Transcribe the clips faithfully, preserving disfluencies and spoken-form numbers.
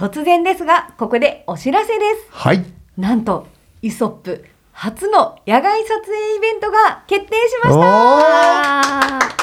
突然ですがここでお知らせです。 はい。 なんとイソップ初の野外撮影イベントが決定しました。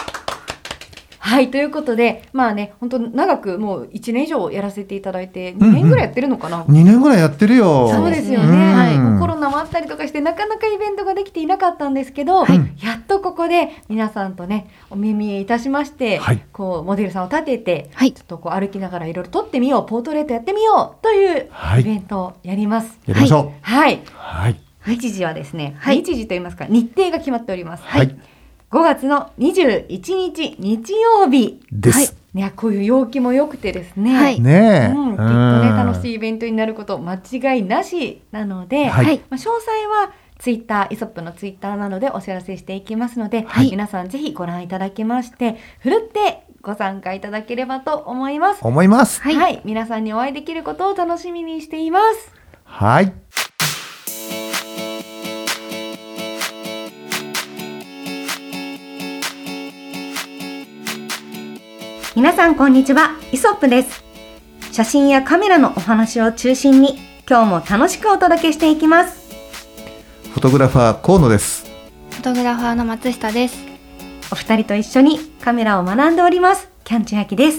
はい、ということでまあね本当長くもういちねん以上やらせていただいてにねんぐらいやってるのかな、 うんうん、にねんぐらいやってるよ。 そうですよね、はい、コロナもあったりとかしてなかなかイベントができていなかったんですけど、はい、やっとここで皆さんとねお目見えいたしまして、はい、こうモデルさんを立てて、はい、ちょっとこう歩きながらいろいろ撮ってみようポートレートやってみようというイベントをやります。 やりましょう。 はい、 はい、 日時はですね、はい、日時といいますか日程が決まっております。 はい、 ごがつのにじゅういちにち日曜日です。 はい、いやこういう陽気も良くてですね、 はい、ねえ、 うん、きっとね楽しいイベントになること間違いなしなので、はい、まあ、詳細はツイッターイソップのツイッターなどでお知らせしていきますので、はい、皆さんぜひご覧いただきましてふるってご参加いただければと思います思います、 はいはい、皆さんにお会いできることを楽しみにしています。 はい。 皆さんこんにちは、イソップです。写真やカメラのお話を中心に今日も楽しくお届けしていきます。 フォトグラファー河野です。 フォトグラファーの松下です。 お二人と一緒にカメラを学んでおりますキャンチュアキです。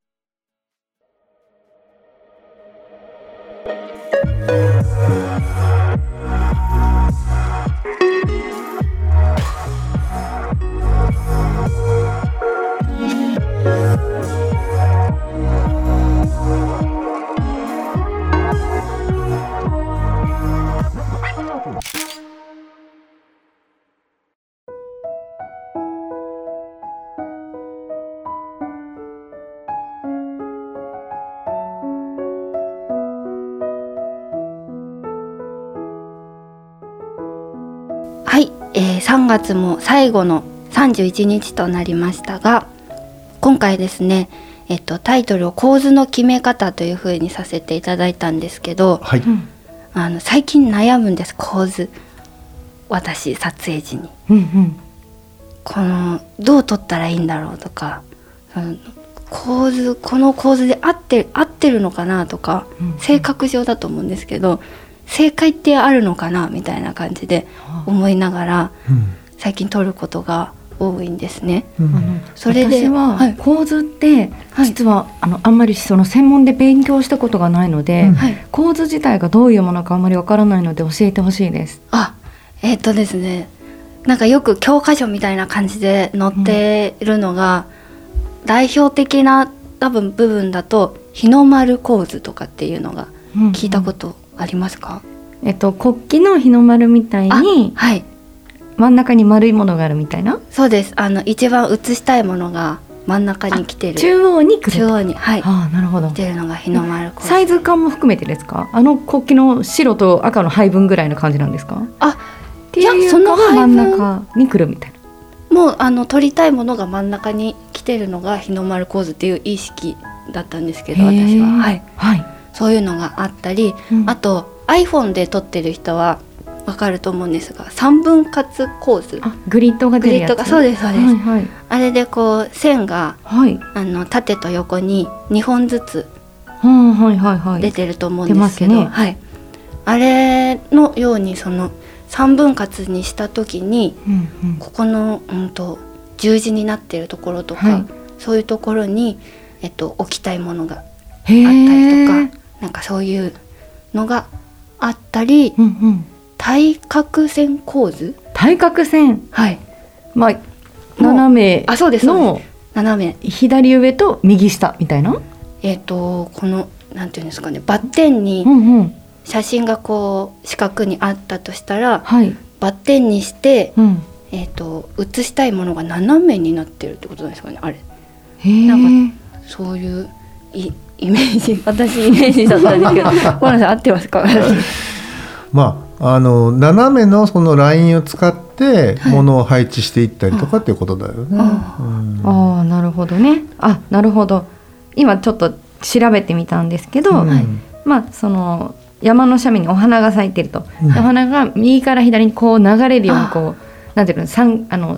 はい、えー、さんがつも最後のさんじゅういちにちとなりましたが、今回ですね、えっと、タイトルを構図の決め方という風にさせていただいたんですけど、はい、あの最近悩むんです。構図、私撮影時に、うんうん、このどう撮ったらいいんだろうとか、その構図この構図で合って合ってるのかなとか、うんうん、性格上だと思うんですけど正解ってあるのかなみたいな感じで思いながら、うん、最近撮ることが多いんですね、うん、 それで私は、はい、構図って実は、はい、あのあんまりその専門で勉強したことがないので、うん、構図自体がどういうものかあんまりわからないので教えてほしいです。 あ、えー、っとですねなんかよく教科書みたいな感じで載っているのが、うん、代表的な多分部分だと日の丸構図とかっていうのが聞いたことありますか？ うんうん、えっと、国旗の日の丸みたいに、はい、真ん中に丸いものがあるみたいな。 そうです。あの一番写したいものが真ん中に来てる、 中央に来る、 中央に、はい、 あ、なるほど、 来てるのが日の丸構図。 サイズ感も含めてですか？あの国旗の白と赤の配分ぐらいの感じなんですか？ あ、 っていうかは真ん中に来るみたいな。 もうあの撮りたいものが真ん中に来てるのが日の丸構図っていう意識だったんですけど、私は、はいはい、そういうのがあったり、うん、あと iPhone で撮ってる人は分かると思うんですが、三分割構図、 あ、グリッドが出るやつ、 そうですそうです、はいはい、あれでこう線が、はい、あの縦と横ににほんずつ出てると思うんですけど、はいはいはい、あれのようにその三分割にした時に、うんうん、ここの、うん、と十字になっているところとか、はい、そういうところに、えっと、置きたいものがあったりとか、なんかそういうのがあったり、うんうん、対角線構図、 対角線、はい、まあ、斜めの、あ、そうですそうです、斜め左上と右下みたいな、 えっとこのなんていうんですかね、バッテンに、うんうん、写真がこう四角にあったとしたら、はい、バッテンにして、うん、えー、と写したいものが斜めになってるってことなんですかね、あれ。へー、なんかそういうイ, イメージ私イメージだったんですけどごめんなさい、合ってますか？ まあ、あの斜めのそのラインを使って物を配置していったりとかっていうことだよね、はい、 あ、うん、あ、なるほどね。あ、なるほど。今ちょっと調べてみたんですけど、うん、まあその山の斜面にお花が咲いてると、うん、お花が右から左にこう流れるようにこう、なんていうの、三あの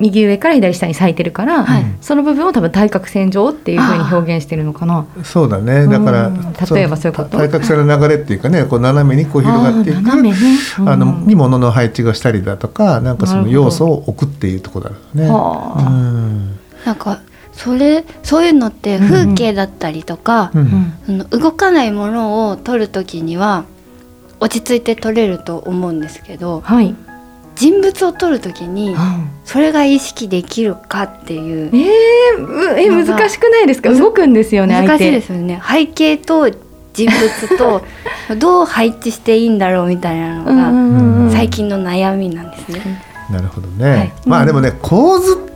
右上から左下に咲いてるから、はい、その部分を多分対角線上っていう風に表現してるのかな。 そうだね。だから例えばそういうこと対角線の流れっていうかね、こう斜めにこう広がっていく あ,、ねうん、あのに物の配置がしたりだとか、なんかその要素を置くっていうところだよね。うん、 なんかそれそういうのって風景だったりとか、うんうん、その動かないものを撮るときには落ち着いて撮れると思うんですけど、はい、人物を撮るときにそれが意識できるかっていう、 えー、え難しくないですか？動くんですよね。 難しいですよね。背景と人物とどう配置していいんだろうみたいなのが最近の悩みなんですね。 なるほどね、はい、まあでもね、構図って、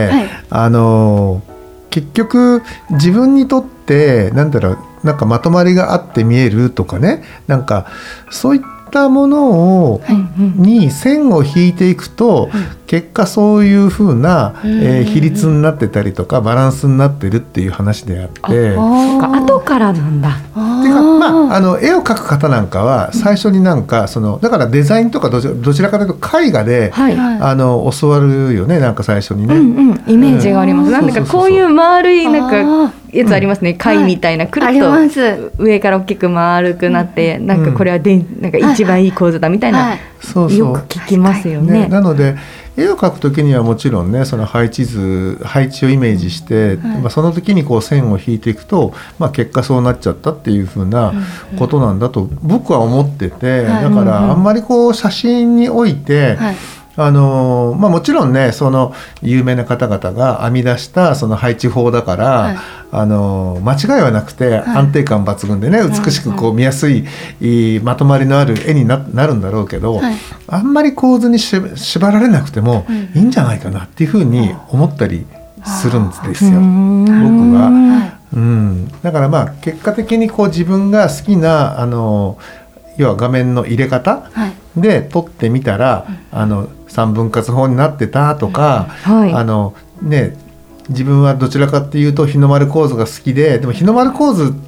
はい、あの結局自分にとってなんだろう、なんかまとまりがあって見えるとかね、なんかそういったものを、はい、に線を引いていくと、うん、結果そういう風な、えー、比率になってたりとかバランスになってるっていう話であって、 ああ後からなんだ。 てか、まあ、あの絵を描く方なんかは最初になんかそのだからデザインとかどちら、どちらかというと絵画で、はい、あの教わるよね、なんか最初にね、うんうん、 イメージがあります、うん、なんだかこういう丸いなんかやつありますね、貝みたいな、くるっと上から大きく丸くなって、なんかこれはでなんか一番いい構図だみたいな、よく聞きますよね。 なので絵を描くときにはもちろんね、その配置図配置をイメージして、はい、まあ、その時にこう線を引いていくと、まあ、結果そうなっちゃったっていう風なことなんだと僕は思ってて、だからあんまりこう写真において、はい、あのまあ、もちろんね、その有名な方々が編み出したその配置法だから、はい、あの間違いはなくて安定感抜群でね、はい、美しくこう見やすい、いいまとまりのある絵に な, なるんだろうけど、はい、あんまり構図にし縛られなくてもいいんじゃないかなっていうふうに思ったりするんですよ、僕は。うん、だからまあ結果的にこう自分が好きなあの要は画面の入れ方で撮ってみたら、はい、あのさんぶん割法になってたとか、はい、あのね、自分はどちらかっていうと日の丸構図が好きで、でも日の丸構図って、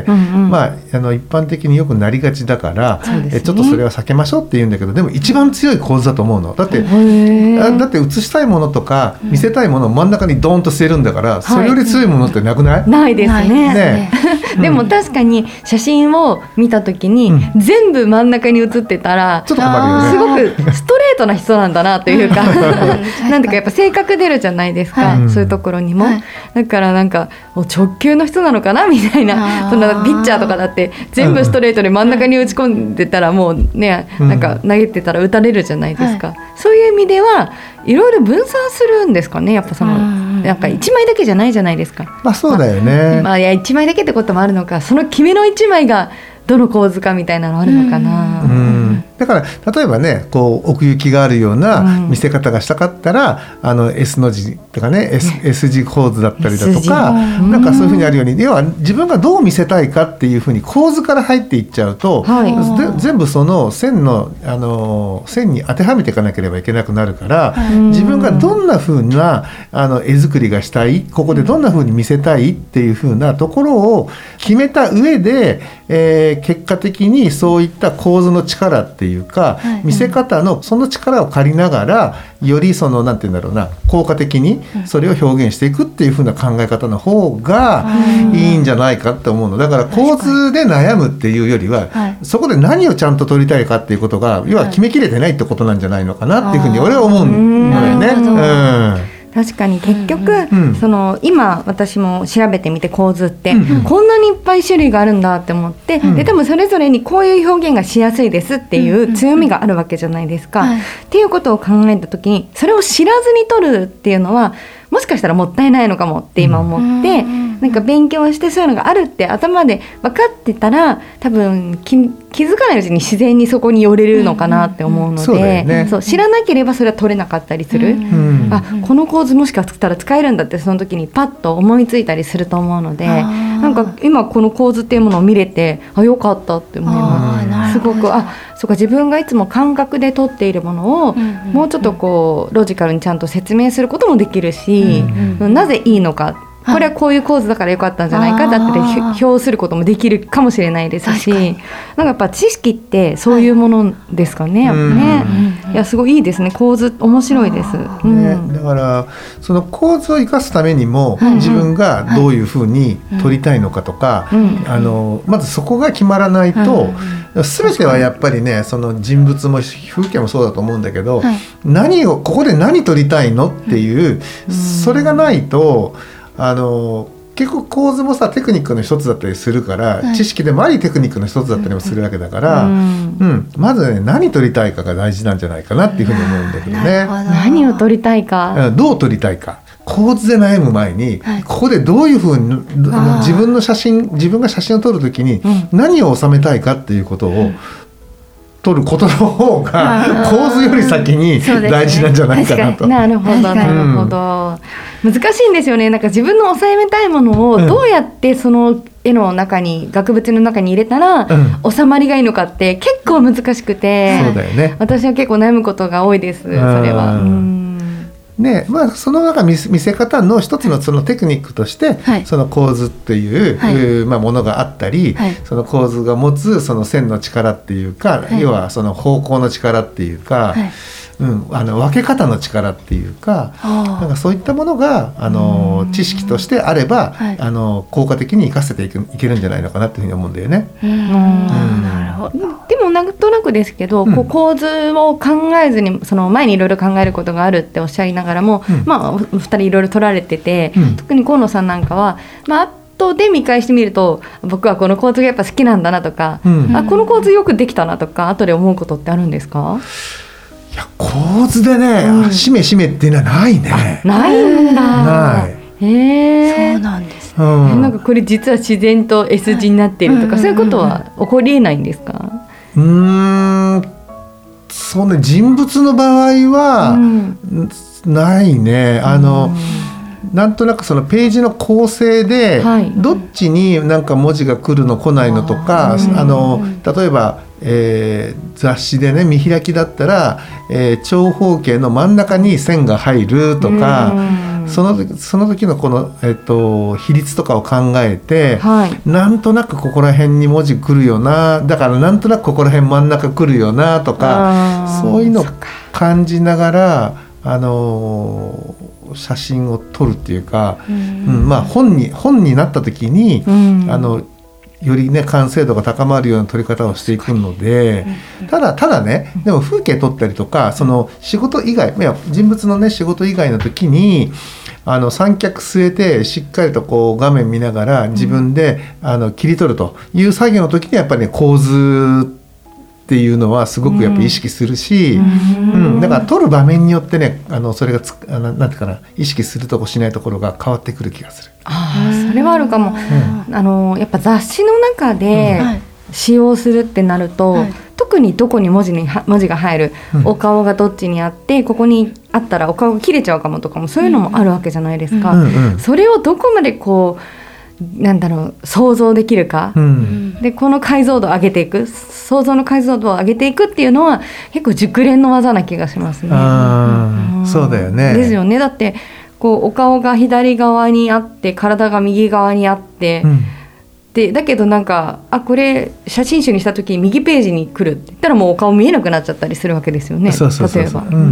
うんうん、まあ、あの一般的によくなりがちだから、ね、えちょっとそれは避けましょうって言うんだけど、でも一番強い構図だと思うの。だって、だって写したいものとか見せたいものを真ん中にドーンと据えるんだから、うん、それより強いものってなくない？ はい、ないですね。ねでも確かに写真を見た時に、うん、全部真ん中に写ってたらちょっと困るよね。 すごくストレートな人なんだなというかなんだかやっぱ性格出るじゃないですか、はい、そういうところにも、はい、だからなんか直球の人なのかなみたいな、そのピッチャーとかだって全部ストレートで真ん中に打ち込んでたらもうね、うん、なんか投げてたら打たれるじゃないですか、はい、そういう意味ではいろいろ分散するんですかね、やっぱそのなんかいちまいだけじゃないじゃないですか。 まあそうだよね、 まあ、まあ、いやいちまいだけってこともあるのか、その決めのいちまいがどの構図かみたいなのあるのかな、 うんうん、だから例えばね、こう奥行きがあるような見せ方がしたかったら、うん、あの S の字とかね S, S 字構図だったりだとか、なんかそういうふうにあるように、要は自分がどう見せたいかっていうふうに構図から入っていっちゃうと、はい、全部その線の、あの線に当てはめていかなければいけなくなるから、うん、自分がどんなふうなあの絵作りがしたい、ここでどんなふうに見せたいっていうふうなところを決めた上で、えー、結果的にそういった構図の力っていうか、はい、見せ方のその力を借りながら、よりそのなんていうんだろうな、効果的にそれを表現していくっていう風な考え方の方がいいんじゃないかって思うの。だから構図で悩むっていうよりは、はい、そこで何をちゃんと撮りたいかっていうことが要は決めきれてないってことなんじゃないのかなっていうふうに俺は思うんだよね。うん、 確かに結局、うんうん、その今私も調べてみて構図って、うんうん、こんなにいっぱい種類があるんだって思って、うん、で多分それぞれにこういう表現がしやすいですっていう強みがあるわけじゃないですか、うんうん、っていうことを考えた時に、それを知らずに撮るっていうのはもしかしたらもったいないのかもって今思って、うん、なんか勉強してそういうのがあるって頭で分かってたら、多分気、気づかないうちに自然にそこに寄れるのかなって思うので、そうだよね、そう知らなければそれは取れなかったりする、うん、あこの構図もしかしたら使えるんだってその時にパッと思いついたりすると思うので、なんか今この構図っていうものを見れて、あよかったって思います。すごくあそうか、自分がいつも感覚で撮っているものを、うんうんうん、もうちょっとこうロジカルにちゃんと説明することもできるし、うんうん、なぜいいのかこれはこういう構図だからよかったんじゃないかだったり表することもできるかもしれないですし、なんかやっぱ知識ってそういうものですかね、はい、やっぱね、いやすごいいいですね、構図面白いです、うん、 ね、だからその構図を生かすためにも、うん、自分がどういうふうに撮りたいのかとか、うん、あのまずそこが決まらないと、うん、全てはやっぱりね、その人物も風景もそうだと思うんだけど、はい、何をここで何撮りたいのっていう、うん、それがないとあの結構構図もさテクニックの一つだったりするから、はい、知識でもありテクニックの一つだったりもするわけだから、うんうん、まずね何撮りたいかが大事なんじゃないかなっていうふうに思うんだけどね。 何を撮りたいか、 どう撮りたいか、構図で悩む前に、はい、ここでどういうふうに自分の写真自分が写真を撮るときに何を収めたいかっていうことを、うん撮ることの方が構図より先に大事なんじゃないかなと。 なるほどなるほど、うん、難しいんですよね。なんか自分の収めたいものをどうやってその絵の中に、うん、額縁の中に入れたら収まりがいいのかって結構難しくて、 そうだよね、 私は結構悩むことが多いです、それは。うんね、まあ、その中見せ方の一つのそのテクニックとして、はい、その構図っていう、はい、まあ、ものがあったり、はい、その構図が持つその線の力っていうか、はい、要はその方向の力っていうか、はい、うん、あの分け方の力っていうか、なんかそういったものがあの知識としてあれば、はい、あの効果的に生かせていく、いけるんじゃないのかなっていうふうに思うんだよね。うん、 なるほど。でもなんとなくですけど、うん、こう構図を考えずにその前にいろいろ考えることがあるっておっしゃいながらも、うん、まあお二人いろいろ撮られてて、うん、特に河野さんなんかは、まあ後で見返してみると僕はこの構図がやっぱ好きなんだなとか、うん、あこの構図よくできたなとか後で思うことってあるんですか？ いや構図でね、うん、しめしめっていうのはないね。 ないんだ。 ない。 へえ。そうなんですね、 うん、なんかこれ実は自然と S 字になってるとか、はい、そういうことは起こりえないんですか？ うーん、そうね、人物の場合は、うん、ないね。あの、うん、なんとなくそのページの構成で、はい、どっちになんか文字が来るの来ないのとか、あ、あの例えばえー、雑誌でね見開きだったら、えー、長方形の真ん中に線が入るとか、その時、その時のこの、えー、と比率とかを考えて、はい、なんとなくここら辺に文字来るよな、だからなんとなくここら辺真ん中来るよなとか、そういうのを感じながら、あのー、写真を撮るっていうか、うんうん、まあ本に本になった時に、うん、あのよりね完成度が高まるような撮り方をしていくので、ただただね、でも風景撮ったりとか、その仕事以外、いや人物のね仕事以外の時にあの三脚据えてしっかりとこう画面見ながら自分で、うん、あの切り取るという作業の時にやっぱりね構図っていうのはすごくやっぱ意識するし、うんうん、だから撮る場面によってね、あのそれがつあのなんていうかな、意識するとこしないところが変わってくる気がする。 ああ、それはあるかも、うん、あのやっぱ雑誌の中で使用するってなると、はい、特にどこに文字に文字が入る、うん、お顔がどっちにあってここにあったらお顔が切れちゃうかもとかも、そういうのもあるわけじゃないですか、うんうんうん、それをどこまでこうなんだろう想像できるか、うん、でこの解像度を上げていく、想像の解像度を上げていくっていうのは結構熟練の技な気がしますね。 あ、うん、そうだよね。 ですよね。だってこうお顔が左側にあって体が右側にあって、うん、でだけどなんかあこれ写真集にした時に右ページに来るって言ったらもうお顔見えなくなっちゃったりするわけですよね。 そうそうそうそう、 例えば、うん、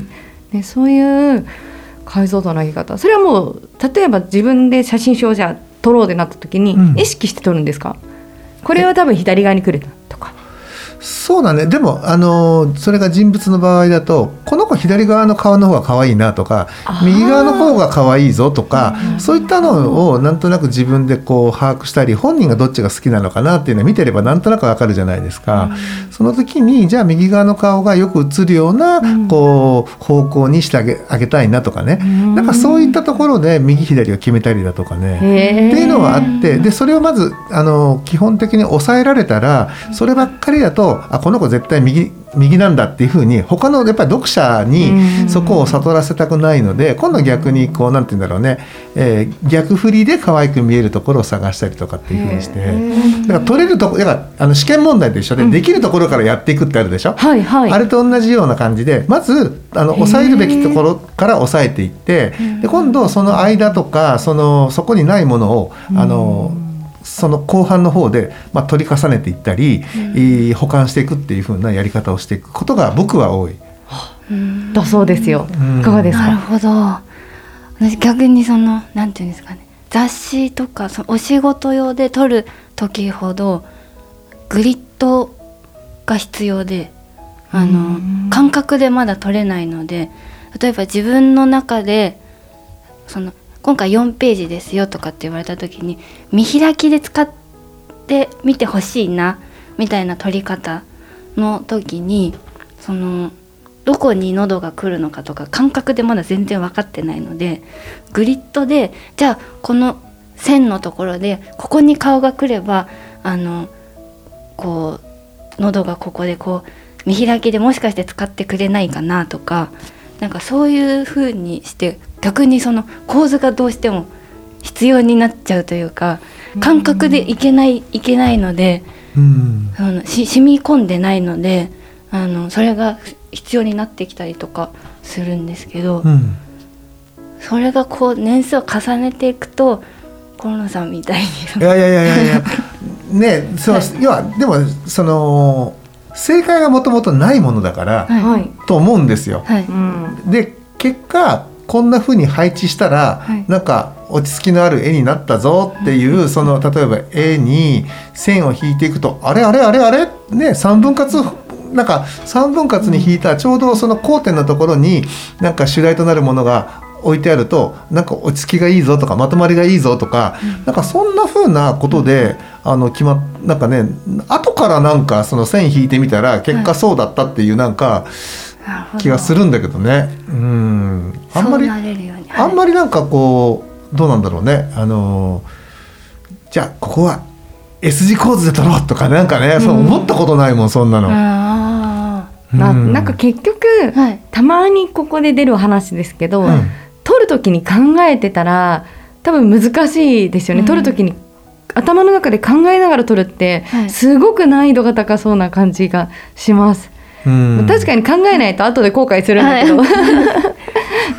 でそういう解像度の上げ方、それはもう例えば自分で写真集をじゃあ撮ろうってなった時に意識して撮るんですか？うん、これは多分左側に来るとか。 そうだね。でもあのそれが人物の場合だと、この子左側の顔の方が可愛いなとか、右側の方が可愛いぞとか、そういったのをなんとなく自分でこう把握したり、本人がどっちが好きなのかなっていうのを見てればなんとなくわかるじゃないですか。うん、その時にじゃあ右側の顔がよく映るようなこう方向にしてあげ、あげたいなとかね、うん、なんかそういったところで右左を決めたりだとかねっていうのはあって、でそれをまずあの基本的に抑えられたら、そればっかりだとあこの子絶対右右なんだっていうふうに他のやっぱり読者にそこを悟らせたくないので、今度逆にこうなんて言うんだろうね、えー、逆振りで可愛く見えるところを探したりとかっていうふうにして、だから取れるところ、だからあの試験問題と一緒で、できるところからやっていくってあるでしょ、うんはいはい、あれと同じような感じで、まずあの抑えるべきところから抑えていって、で今度その間とかそのそこにないものをあのその後半の方で、まあ、取り重ねていったり、うん、保管していくっていう風なやり方をしていくことが僕は多い、 うん、だそうですよ、うん、いかがですか？ なるほど。私逆にそのなんていうんですかね、雑誌とかそのお仕事用で撮る時ほどグリッドが必要で、あの、うん、感覚でまだ撮れないので、例えば自分の中でその今回よんページですよとかって言われた時に見開きで使ってみてほしいなみたいな撮り方の時に、そのどこに喉が来るのかとか感覚でまだ全然分かってないので、グリッドでじゃあこの線のところでここに顔が来ればあのこう喉がここでこう見開きでもしかして使ってくれないかなとか、なんかそういう風にして逆にその構図がどうしても必要になっちゃうというか、感覚でいけないいけないので、うん、そのし染み込んでないので、あのそれが必要になってきたりとかするんですけど、うん、それがこう年数を重ねていくと河野さんみたいにいやいやいやいやいやね、そう、はい、要はでもその正解がもともとないものだから、はい、と思うんですよ、はい、で結果こんな風に配置したら、はい、なんか落ち着きのある絵になったぞっていう、はい、その例えば絵に線を引いていくと、あれあれあれあれね、さんぶん割なんかさんぶん割に引いたちょうどその交点のところになんか主題となるものが置いてあると、なんか落ち着きがいいぞとかまとまりがいいぞとか、うん、なんかそんな風なことで、うん、あの決まっなんかね、後からなんかその線引いてみたら結果そうだったっていうなんか気がするんだけどね。うん、あんまり、はい、あんまりなんかこうどうなんだろうね、あのじゃあここは S 字構図で撮ろうとかなんかね、うん、そう思ったことないもんそんなの。 あ、うん、な, なんか結局、はい、たまにここで出る話ですけど、うん、撮るときに考えてたら多分難しいですよね、うん、撮るときに頭の中で考えながら撮るって、はい、すごく難易度が高そうな感じがします。うん、確かに考えないと後で後悔するんだけど、はい、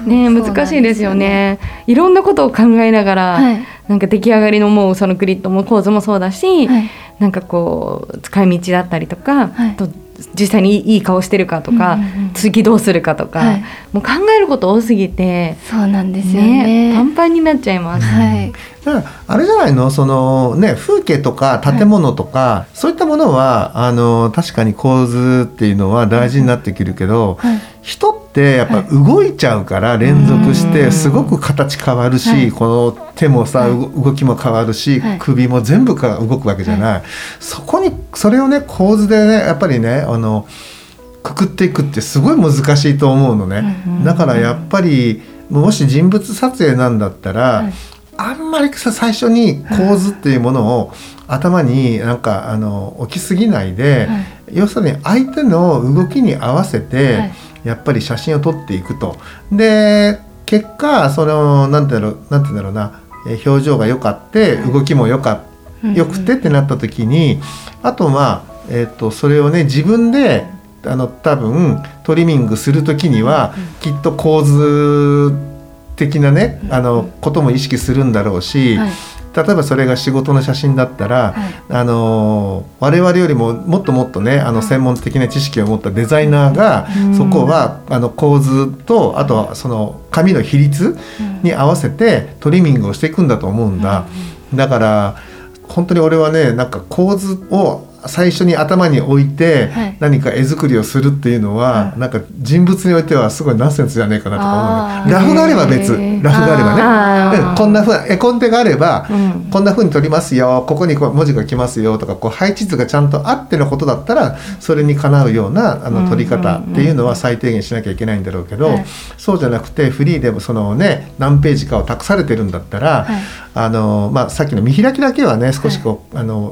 ね、難しいですよね。いろんなことを考えながら、はい、なんか出来上がりのもうそのグリッドも構図もそうだし、はい、なんかこう使い道だったりとか、はい、と実際にいい顔してるかとか、うんうんうん、次どうするかとか、はい、もう考えること多すぎて、 そうなんですよね、 パンパンになっちゃいます、はい、 だからあれじゃないの、その、ね、風景とか建物とか、はい、そういったものはあの確かに構図っていうのは大事になってくるけど、はい、人ってやっぱ動いちゃうから連続してすごく形変わるし、はい、この手もさ、はい、動きも変わるし、はい、首も全部が動くわけじゃない、はい、そこにそれをね構図でねやっぱりねあのくくっていくってすごい難しいと思うのね、だからやっぱりもし人物撮影なんだったら、はい、あんまりさ最初に構図っていうものを頭になんかあの置きすぎないで、はい、要するに相手の動きに合わせて、はい、やっぱり写真を撮っていくと。で結果そのなんていうんだろう、なんていうんだろうな、表情が良かって動きも良か良くてってなった時に、あとは、えーと、それをね自分であの多分トリミングする時にはきっと構図的なねあのことも意識するんだろうし、はい、例えばそれが仕事の写真だったら、はい、あの我々よりももっともっとねあの専門的な知識を持ったデザイナーが、うん、そこはあの構図とあとはその紙の比率に合わせてトリミングをしていくんだと思うんだ、うん、だから本当に俺はねなんか構図を最初に頭に置いて何か絵作りをするっていうのは、はい、なんか人物においてはすごいナンセンスじゃねえかなとか思う、ね、ラフがあれば別ラフがあればね、こんなふうな絵コンテがあれば、うん、こんなふうに撮りますよ、ここにこう文字が来ますよとかこう配置図がちゃんとあってのことだったらそれにかなうようなあの撮り方っていうのは最低限しなきゃいけないんだろうけど、うんうんうん、そうじゃなくてフリーでもそのね何ページかを託されてるんだったら、はい、あのまあ、さっきの見開きだけはね少しこう、はい、あの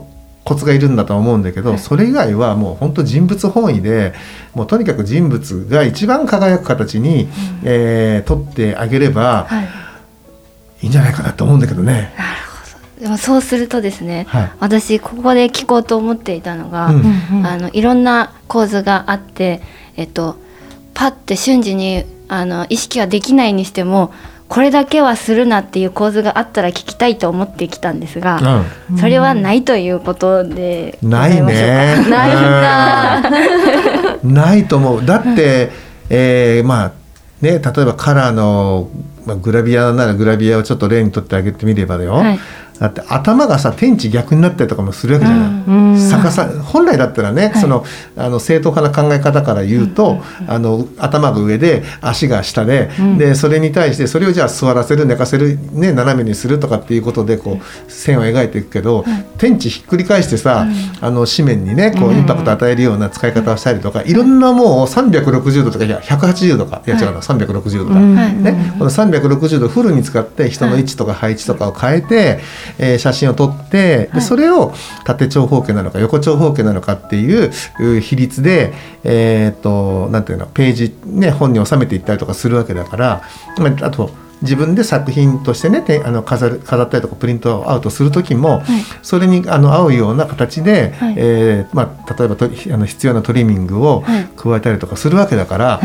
コツがいるんだと思うんだけど、それ以外はもう本当人物本位で、もうとにかく人物が一番輝く形に、うんえー、撮ってあげればいいんじゃないかなと思うんだけどね。 なるほど。でもそうするとですね、 はい、 私ここで聞こうと思っていたのが、うん、あのいろんな構図があって、えっと、パッて瞬時にあの意識はできないにしてもこれだけはするなっていう構図があったら聞きたいと思ってきたんですが、うん、それはないということでございましょうか。 ないね。 ないんだ。 ないと思う。だって、えー、まあね、例えばカラーの、まあ、グラビアならグラビアをちょっと例にとってあげてみればだよ、はい、だって頭がさ天地逆になったりとかもするわけじゃない、うんうん、逆さ本来だったらね、はい、そのあの正統派な考え方から言うと、うん、あの頭が上で足が下で、うん、でそれに対してそれをじゃあ座らせる寝かせる、ね、斜めにするとかっていうことでこう線を描いていくけど、うん、天地ひっくり返してさ、うん、あの紙面にねこうインパクトを与えるような使い方をしたりとか、うん、いろんなもうさんびゃくろくじゅうどとかいやひゃくはちじゅうどかいや違うな、はい、さんびゃくろくじゅうどだ、うんね、このさんびゃくろくじゅうどフルに使って人の位置とか配置とかを変えて、えー、写真を撮ってでそれを縦長方形なのか横長方形なのかっていう比率で、えー、となんていうのページ、ね、本に収めていったりとかするわけだから、あと自分で作品としてねあの 飾る、飾ったりとかプリントアウトする時も、はい、それにあの合うような形で、はいえーまあ、例えばとあの必要なトリミングを加えたりとかするわけだから、はい、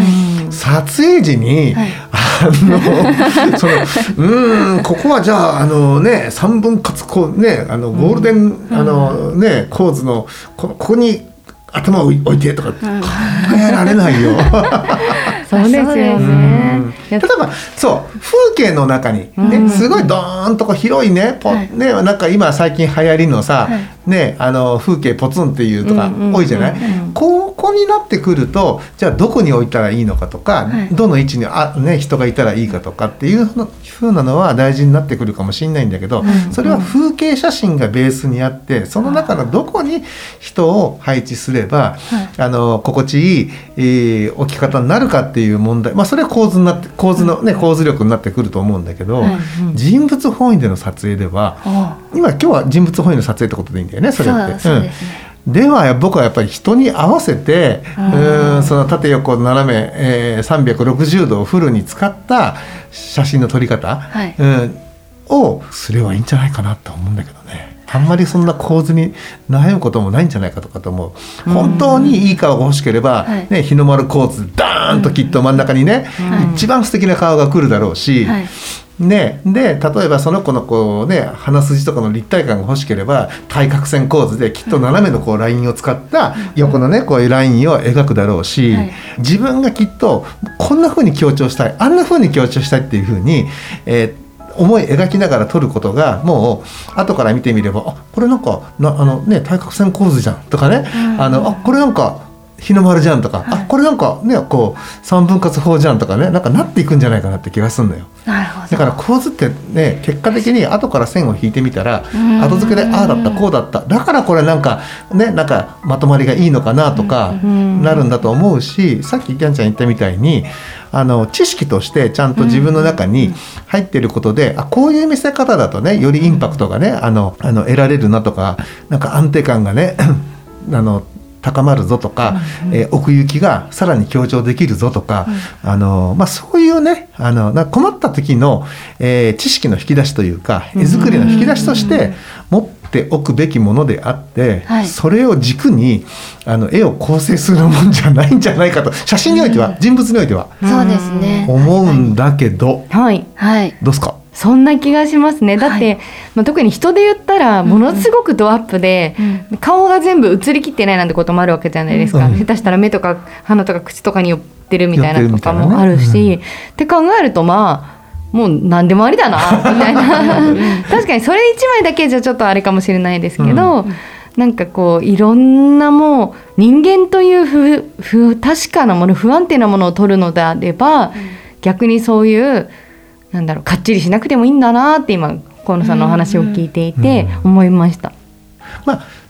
撮影時に、はい、あのそのうーんここはじゃあ、あの、ね、さんぶん割こう、ね、あのゴールデン、うんあのね、構図の こ, ここに頭を置いてとか考えられないよ。 そうですよね。 例えばそう風景の中に、ね、すごいドーンとこう広いね、ポ、はい、ねなんか今最近流行りのさ、はい、ねあの風景ポツンっていうとか多いじゃない。ここになってくるとじゃあどこに置いたらいいのかとか、はい、どの位置にあ、ね、人がいたらいいかとかっていう風なのは大事になってくるかもしれないんだけど、うん、それは風景写真がベースにあってその中のどこに人を配置すれば、はい、あの心地いい、えー、置き方になるかっていう問題、まあ、それは構図になって構図の、ね、構図力になってくると思うんだけど、はいうん、人物本位での撮影では、うん、今今日は人物本位の撮影ってことでいいんだよねそれって。 そう、そうですね。 うん、では僕はやっぱり人に合わせてうんその縦横斜め、えー、さんびゃくろくじゅうどをフルに使った写真の撮り方、はいうん、をすればいいんじゃないかなと思うんだけどね。あんまりそんな構図に悩むこともないんじゃないかとかと思う。本当にいい顔が欲しければ、はいね、日の丸構図ダーンときっと真ん中にね、うん、一番素敵な顔が来るだろうし、はいね、で例えばその子のこう、ね、鼻筋とかの立体感が欲しければ対角線構図できっと斜めのこうラインを使った横のねこういうラインを描くだろうし、はい、自分がきっとこんな風に強調したいあんな風に強調したいっていう風に、えー思い描きながら撮ることがもう後から見てみればあこれなんかなあの、ね、対角線構図じゃんとかね、うん、あのあこれなんか日の丸じゃんとか、はい、あこれなんかねこう三分割法じゃんとかねなんかなっていくんじゃないかなって気がするんだよ。 なるほど。 だから構図ってね結果的に後から線を引いてみたら後付けでああだったこうだっただからこれなんかねなんかまとまりがいいのかなとかなるんだと思うし、さっきキャンちゃん言ったみたいにあの知識としてちゃんと自分の中に入っていることで、あこういう見せ方だとねよりインパクトがねあのあの得られるなとかなんか安定感がねあの高まるぞとか、うんうんえー、奥行きがさらに強調できるぞとか、うんあのまあ、そういうねあのなんか困った時の、えー、知識の引き出しというか絵作りの引き出しとして持っておくべきものであって、はい、それを軸にあの絵を構成するもんじゃないんじゃないかと写真においては、うん、人物においてはそうですね思うんだけど、 はいはい、 どうですか。 そんな気がしますね。だって、はいまあ、特に人で言ったらものすごくドアップで、うん、顔が全部映りきってないなんてこともあるわけじゃないですか、うん、下手したら目とか鼻とか口とかに寄ってるみたいなとかもあるし、ねうん、って考えるとまあもう何でもありだなみたいな確かにそれ一枚だけじゃちょっとあれかもしれないですけど、うん、なんかこういろんなもう人間という不不確かなもの不安定なものを撮るのであれば、うん、逆にそういうなんだろうかっちりしなくてもいいんだなって今河野さんのお話を聞いていて思いました、 うんうんまあ、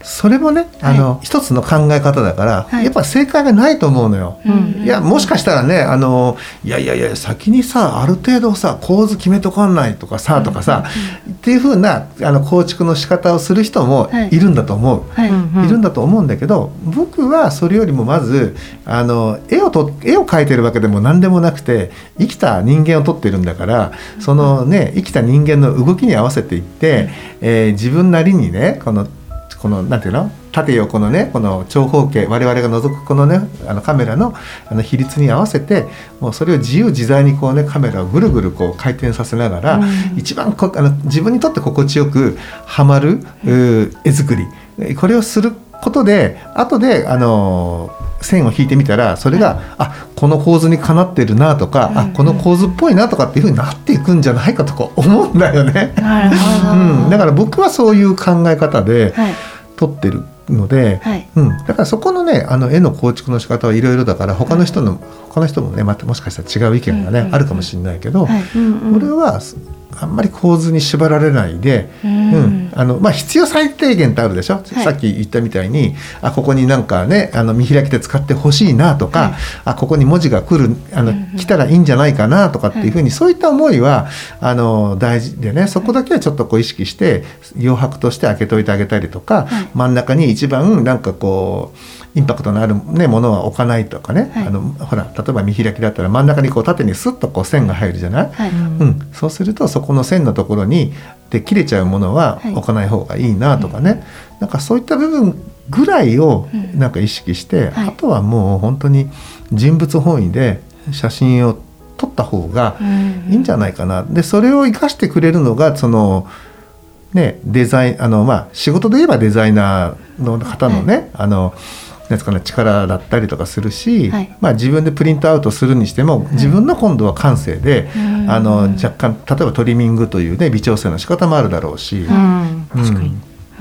それもね、あの、はい、一つの考え方だから、はい、やっぱ正解がないと思うのよ、うん、いやもしかしたらね、あのいやいやいや先にさある程度さ構図決めとかんないとかさ、うん、とかさ、うん、っていう風なあの構築の仕方をする人もいるんだと思う、はいはい、いるんだと思うんだけど、僕はそれよりもまずあの絵をと絵を描いてるわけでも何でもなくて、生きた人間を撮ってるんだから、そのね生きた人間の動きに合わせていって、えー、自分なりにねこのこのなんていうの縦横のねこの長方形、我々が覗くこのねあのカメラのあの比率に合わせて、もうそれを自由自在にこうねカメラをぐるぐるこう回転させながら、うん、一番こあの自分にとって心地よくはまる、うん、絵作り、これをすることで後であの線を引いてみたらそれが、うん、あこの構図にかなってるなとか、うん、あこの構図っぽいなとかっていう風になっていくんじゃないかとか思うんだよね。なるほど、うん、だから僕はそういう考え方で撮ってるので、はいうん、だからそこのねあの絵の構築の仕方はいろいろだから、他の人の、うん、他の人もねまたもしかしたら違う意見がね、うんうん、あるかもしれないけど、はいうんうん、俺はあんまり構図に縛られないで、うんうんあのまあ、必要最低限ってあるでしょ、はい、さっき言ったみたいにあここになんかねあの見開きで使ってほしいなとか、はい、あここに文字が来るあの、うんうん、来たらいいんじゃないかなとかっていうふうに、はい、そういった思いはあの大事でね、そこだけはちょっとこう意識して余白として開けといてあげたりとか、はい、真ん中に一番なんかこうインパクトのある、ね、ものは置かないとかね、はい、あのほら例えば見開きだったら真ん中にこう縦にスッとこう線が入るじゃない、はいうん、そうするとそこの線のところにで切れちゃうものは置かない方がいいなとかね、はい、なんかそういった部分ぐらいをなんか意識して、うんはい、あとはもう本当に人物本位で写真を撮った方がいいんじゃないかな、うん、でそれを生かしてくれるのがそのねデザインあのまあ仕事で言えばデザイナーの方のね、はい、あのなんですかね、力だったりとかするし、はいまあ、自分でプリントアウトするにしても自分の今度は感性で、はい、あの若干例えばトリミングという、ね、微調整の仕方もあるだろうし、うん、確かに、うん、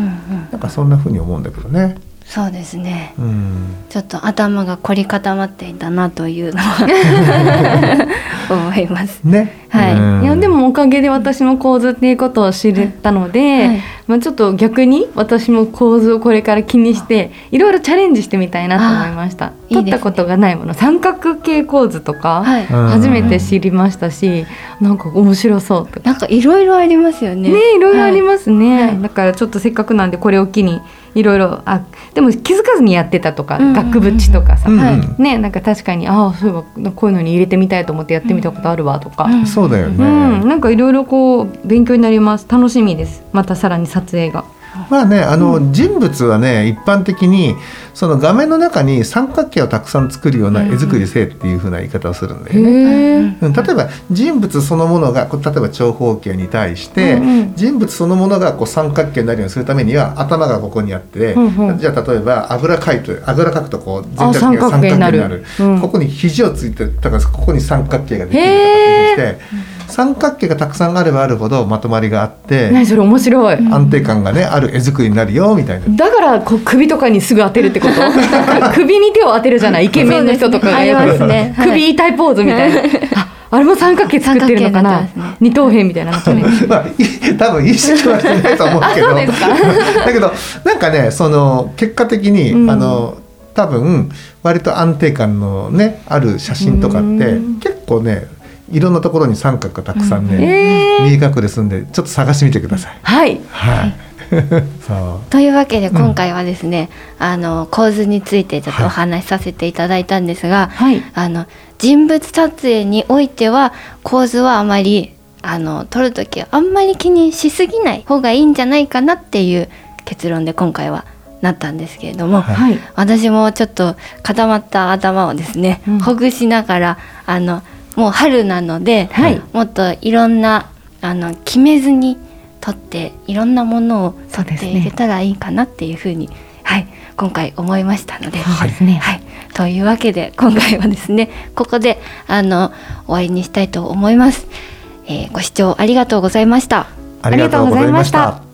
なんかそんな風に思うんだけどね。 そうですね、うん、ちょっと頭が凝り固まっていたなというのは思いますね、 はい、いやでもおかげで私も構図っていうことを知れたので、はいまあ、ちょっと逆に私も構図をこれから気にしていろいろチャレンジしてみたいなと思いました。撮ったことがないもの、三角形構図とか初めて知りましたし、うん、なんか面白そうとかなんかいろいろありますよね。 ねいろいろありますね、はい、だからちょっとせっかくなんでこれを機にいろいろあでも気づかずにやってたとか、うん、額縁とかさ、うんね、なんか確かにあそういえばこういうのに入れてみたいと思ってやってみたことあるわとか、 うん、そうだよね、 うん、なんかいろいろこう勉強になります。楽しみです。またさらに撮影がまあね、あの、うん、人物はね一般的にその画面の中に三角形をたくさん作るような絵作りせえっていう風な言い方をするんだよね、うん、例えば人物そのものが例えば長方形に対して、うんうん、人物そのものがこう三角形になるようにするためには頭がここにあって、うんうん、じゃあ例えばあぐらかいてあぐらかくとこう全体的に三角形になる、なる、うん、ここに肘をついてだからここに三角形ができるとかっていうして三角形がたくさんあればあるほどまとまりがあって何それ面白い安定感がねある絵作りになるよみたいな。 だからこう首とかにすぐ当てるってこと首に手を当てるじゃないイケメンの人とかがよく、ねはい、首痛いポーズみたいなあ, あれも三角形作ってるのかな、ね、二等辺みたいなの、ねまあ、多分意識はしてないと思うけどそうですかだけどなんかねその結果的に、うん、あの多分割と安定感のねある写真とかって結構ねいろんなところに三角がたくさんね、うんえー、見え隠れするんでちょっと探してみてください。 はい、 はいそうというわけで今回はですね、うん、あの構図についてちょっとお話しさせていただいたんですが、はい、あの人物撮影においては構図はあまりあの撮るときはあんまり気にしすぎない方がいいんじゃないかなっていう結論で今回はなったんですけれども、はい、私もちょっと固まった頭をですね、うん、ほぐしながらあのもう春なので、はい、もっといろんなあの決めずに撮っていろんなものを撮っていけたらいいかなっていうふうに、はい、今回思いましたので、はいはい、というわけで今回はですねここであの終わりにしたいと思います、えー、ご視聴ありがとうございました。 ありがとうございました。